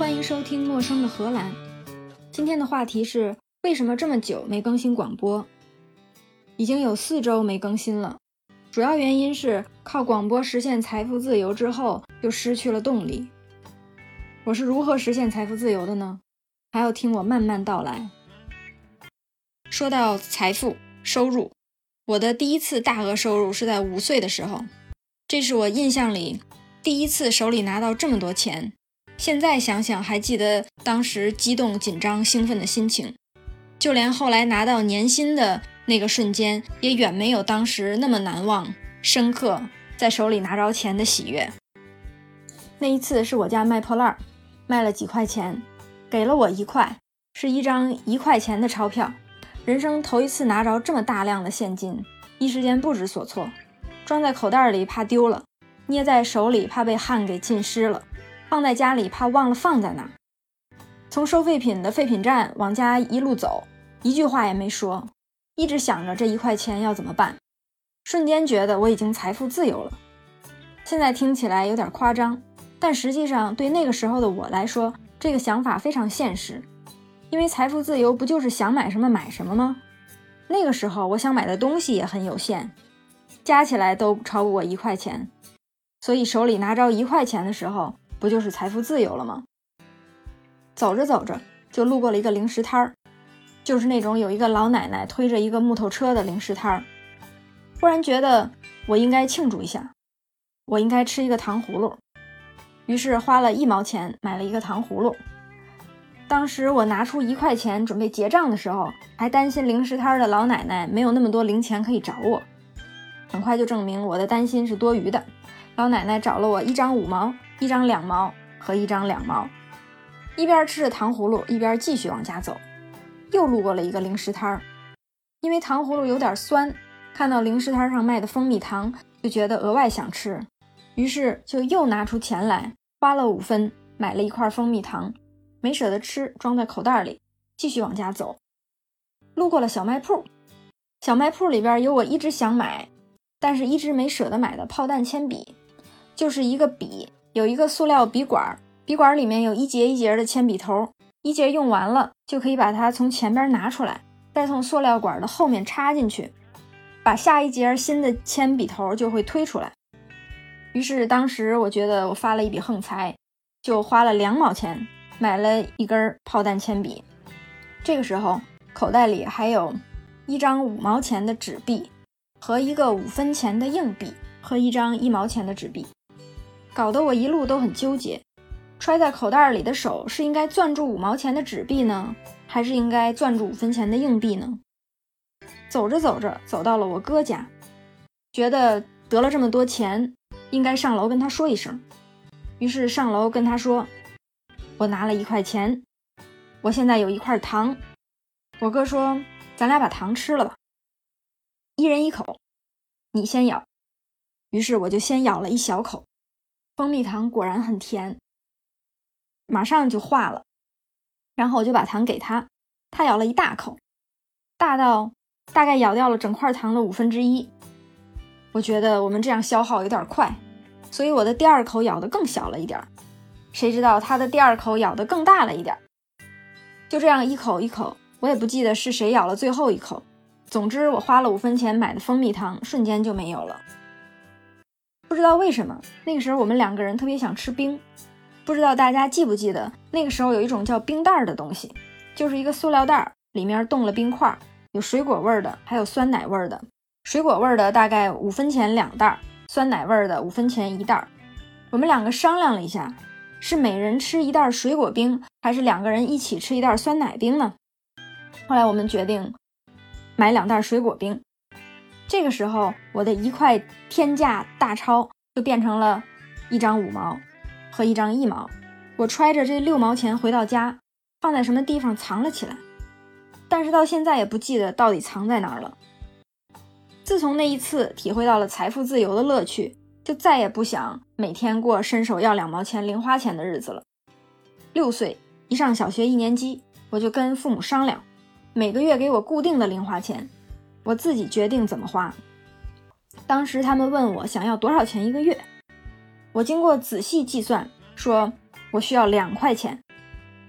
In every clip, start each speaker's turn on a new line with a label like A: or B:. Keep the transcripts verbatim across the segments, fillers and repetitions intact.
A: 欢迎收听陌生的荷兰。今天的话题是为什么这么久没更新广播？已经有四周没更新了，主要原因是靠广播实现财富自由之后就失去了动力。我是如何实现财富自由的呢？还要听我慢慢道来。说到财富收入，我的第一次大额收入是在五岁的时候，这是我印象里第一次手里拿到这么多钱。现在想想还记得当时激动、紧张、兴奋的心情，就连后来拿到年薪的那个瞬间也远没有当时那么难忘、深刻，在手里拿着钱的喜悦。那一次是我家卖破烂，卖了几块钱，给了我一块，是一张一块钱的钞票。人生头一次拿着这么大量的现金，一时间不知所措，装在口袋里怕丢了，捏在手里怕被汗给浸湿了，放在家里怕忘了放在哪。从收废品的废品站往家一路走，一句话也没说，一直想着这一块钱要怎么办。瞬间觉得我已经财富自由了。现在听起来有点夸张，但实际上对那个时候的我来说，这个想法非常现实。因为财富自由不就是想买什么买什么吗？那个时候我想买的东西也很有限，加起来都超不过一块钱，所以手里拿着一块钱的时候，不就是财富自由了吗？走着走着就路过了一个零食摊儿，就是那种有一个老奶奶推着一个木头车的零食摊儿。忽然觉得我应该庆祝一下，我应该吃一个糖葫芦，于是花了一毛钱买了一个糖葫芦。当时我拿出一块钱准备结账的时候，还担心零食摊的老奶奶没有那么多零钱可以找我。很快就证明我的担心是多余的，老奶奶找了我一张五毛、一张两毛和一张两毛。一边吃着糖葫芦，一边继续往家走。又路过了一个零食摊，因为糖葫芦有点酸，看到零食摊上卖的蜂蜜糖，就觉得额外想吃，于是就又拿出钱来，花了五分买了一块蜂蜜糖，没舍得吃，装在口袋里，继续往家走。路过了小卖铺，小卖铺里边有我一直想买但是一直没舍得买的炮弹铅笔，就是一个笔，有一个塑料笔管，笔管里面有一节一节的铅笔头，一节用完了就可以把它从前边拿出来，再从塑料管的后面插进去，把下一节新的铅笔头就会推出来。于是当时我觉得我发了一笔横财，就花了两毛钱买了一根炮弹铅笔。这个时候口袋里还有一张五毛钱的纸币和一个五分钱的硬币和一张一毛钱的纸币，搞得我一路都很纠结，揣在口袋里的手是应该攥住五毛钱的纸币呢，还是应该攥住五分钱的硬币呢？走着走着走到了我哥家，觉得得了这么多钱应该上楼跟他说一声，于是上楼跟他说，我拿了一块钱，我现在有一块糖。我哥说，咱俩把糖吃了吧，一人一口，你先咬。于是我就先咬了一小口，蜂蜜糖果然很甜，马上就化了。然后我就把糖给他，他咬了一大口，大到大概咬掉了整块糖的五分之一。我觉得我们这样消耗有点快，所以我的第二口咬得更小了一点，谁知道他的第二口咬得更大了一点。就这样一口一口，我也不记得是谁咬了最后一口，总之我花了五分钱买的蜂蜜糖瞬间就没有了。不知道为什么那个时候我们两个人特别想吃冰，不知道大家记不记得那个时候有一种叫冰袋的东西，就是一个塑料袋，里面冻了冰块，有水果味的还有酸奶味的，水果味的大概五分钱两袋，酸奶味的五分钱一袋。我们两个商量了一下，是每人吃一袋水果冰，还是两个人一起吃一袋酸奶冰呢？后来我们决定买两袋水果冰。这个时候我的一块天价大钞就变成了一张五毛和一张一毛。我揣着这六毛钱回到家，放在什么地方藏了起来，但是到现在也不记得到底藏在哪儿了。自从那一次体会到了财富自由的乐趣，就再也不想每天过伸手要两毛钱零花钱的日子了。六岁一上小学一年级，我就跟父母商量，每个月给我固定的零花钱，我自己决定怎么花。当时他们问我想要多少钱一个月，我经过仔细计算，说我需要两块钱，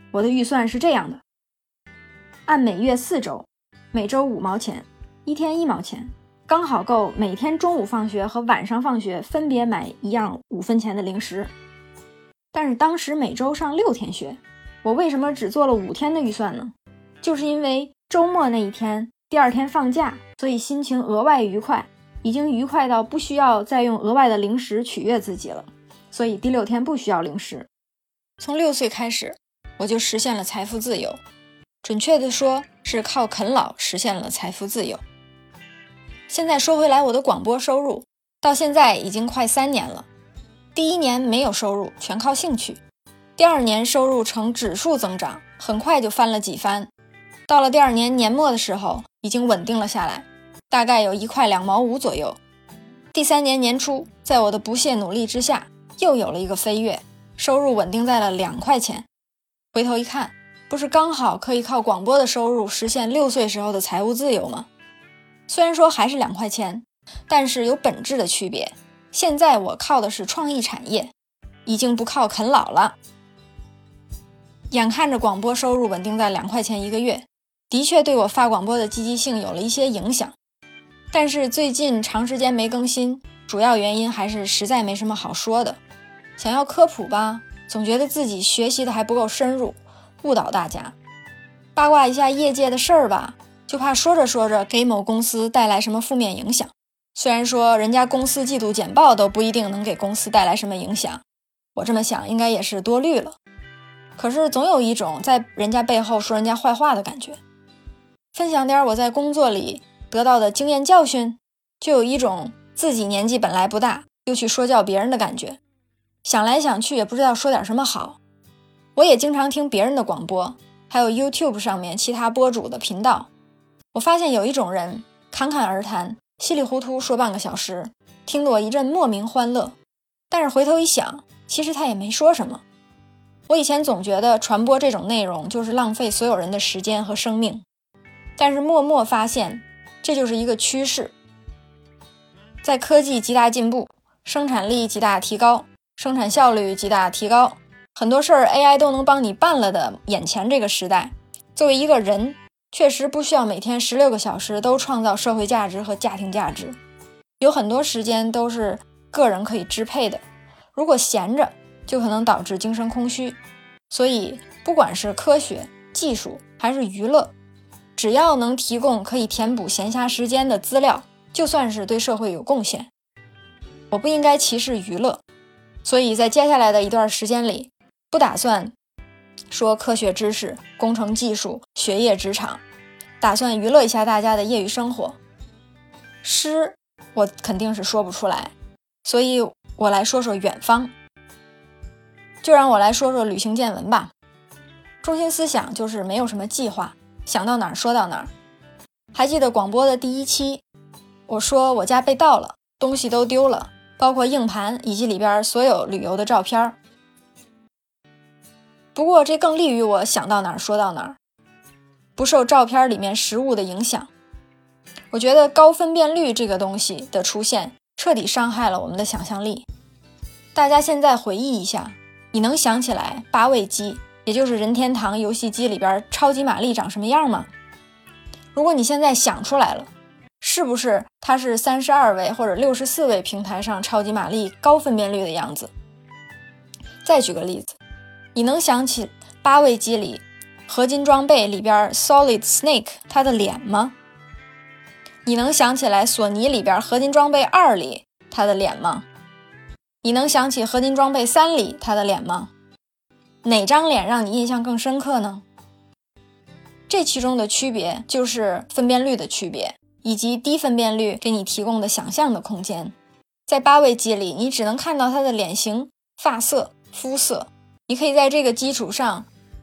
A: 我的预算是这样的：按每月四周，每周五毛钱，一天一毛钱，刚好够每天中午放学和晚上放学分别买一样五分钱的零食。但是当时每周上六天学，我为什么只做了五天的预算呢？就是因为周末那一天，第二天放假，所以心情额外愉快，已经愉快到不需要再用额外的零食取悦自己了，所以第六天不需要零食。从六岁开始，我就实现了财富自由，准确的说是靠啃老实现了财富自由。现在说回来，我的广播收入到现在已经快三年了。第一年没有收入，全靠兴趣。第二年收入呈指数增长，很快就翻了几番。到了第二年年末的时候，已经稳定了下来，大概有一块两毛五左右。第三年年初，在我的不懈努力之下，又有了一个飞跃，收入稳定在了两块钱。回头一看，不是刚好可以靠广播的收入实现六岁时候的财务自由吗？虽然说还是两块钱，但是有本质的区别。现在我靠的是创意产业，已经不靠啃老了。眼看着广播收入稳定在两块钱一个月，的确对我发广播的积极性有了一些影响。但是最近长时间没更新，主要原因还是实在没什么好说的。想要科普吧，总觉得自己学习的还不够深入，误导大家。八卦一下业界的事儿吧，就怕说着说着给某公司带来什么负面影响。虽然说人家公司季度简报都不一定能给公司带来什么影响，我这么想应该也是多虑了。可是总有一种在人家背后说人家坏话的感觉。分享点我在工作里得到的经验教训，就有一种自己年纪本来不大，又去说教别人的感觉。想来想去也不知道说点什么好。我也经常听别人的广播，还有 YouTube 上面其他播主的频道。我发现有一种人侃侃而谈，稀里糊涂说半个小时，听得我一阵莫名欢乐。但是回头一想，其实他也没说什么。我以前总觉得传播这种内容就是浪费所有人的时间和生命，但是默默发现这就是一个趋势。在科技极大进步，生产力极大提高，生产效率极大提高，很多事儿 A I 都能帮你办了的眼前这个时代，作为一个人确实不需要每天十六个小时都创造社会价值和家庭价值，有很多时间都是个人可以支配的，如果闲着就可能导致精神空虚。所以不管是科学、技术还是娱乐，只要能提供可以填补闲暇时间的资料，就算是对社会有贡献。我不应该歧视娱乐，所以在接下来的一段时间里，不打算说科学知识、工程技术、学业职场，打算娱乐一下大家的业余生活。诗我肯定是说不出来，所以我来说说远方。就让我来说说旅行见闻吧。中心思想就是没有什么计划，想到哪儿说到哪儿。还记得广播的第一期，我说我家被盗了，东西都丢了，包括硬盘以及里边所有旅游的照片。不过这更利于我想到哪儿说到哪儿，不受照片里面实物的影响。我觉得高分辨率这个东西的出现，彻底伤害了我们的想象力。大家现在回忆一下，你能想起来八位机，也就是任天堂游戏机里边超级玛丽长什么样吗？如果你现在想出来了，是不是它是三十二位或者六十四位平台上超级玛丽高分辨率的样子？再举个例子，你能想起八位机里合金装备里边 Solid Snake 它的脸吗？你能想起来索尼里边合金装备二里它的脸吗？你能想起合金装备三里它的脸吗？哪张脸让你印象更深刻呢？这其中的区别就是分辨率的区别，以及低分辨率给你提供的想象的空间。在八位机里，你只能看到它的脸型、发色、肤色，你可以在这个基础上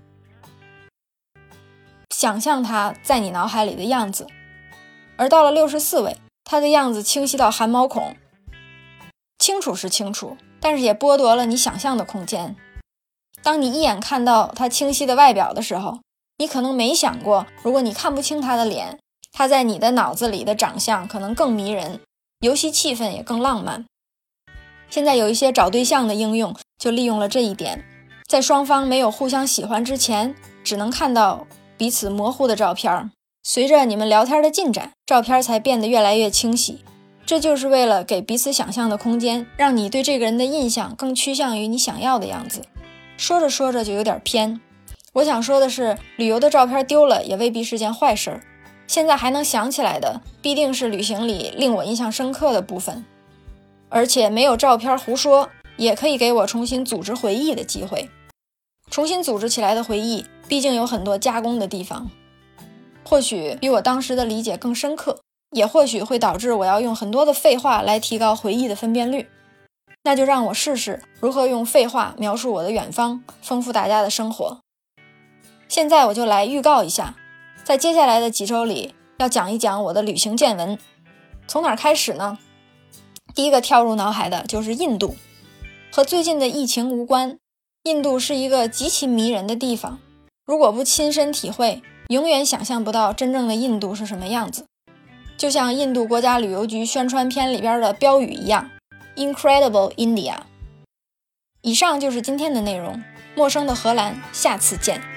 A: 想象它在你脑海里的样子。而到了六十四位，它的样子清晰到汗毛孔，清楚是清楚，但是也剥夺了你想象的空间。当你一眼看到它清晰的外表的时候，你可能没想过，如果你看不清它的脸，它在你的脑子里的长相可能更迷人，游戏气氛也更浪漫。现在有一些找对象的应用就利用了这一点， 在双方没有互相喜欢之前，只能看到彼此模糊的照片，随着你们聊天的进展，照片才变得越来越清晰。这就是为了给彼此想象的空间，让你对这个人的印象更趋向于你想要的样子。说着说着就有点偏，我想说的是，旅游的照片丢了也未必是件坏事。现在还能想起来的，必定是旅行里令我印象深刻的部分。而且没有照片胡说，也可以给我重新组织回忆的机会。重新组织起来的回忆，毕竟有很多加工的地方，或许比我当时的理解更深刻，也或许会导致我要用很多的废话来提高回忆的分辨率。那就让我试试如何用废话描述我的远方，丰富大家的生活。现在我就来预告一下，在接下来的几周里要讲一讲我的旅行见闻。从哪儿开始呢？第一个跳入脑海的就是印度。和最近的疫情无关，印度是一个极其迷人的地方，如果不亲身体会，永远想象不到真正的印度是什么样子。就像印度国家旅游局宣传片里边的标语一样， Incredible India。 以上就是今天的内容，陌生的荷兰，下次见。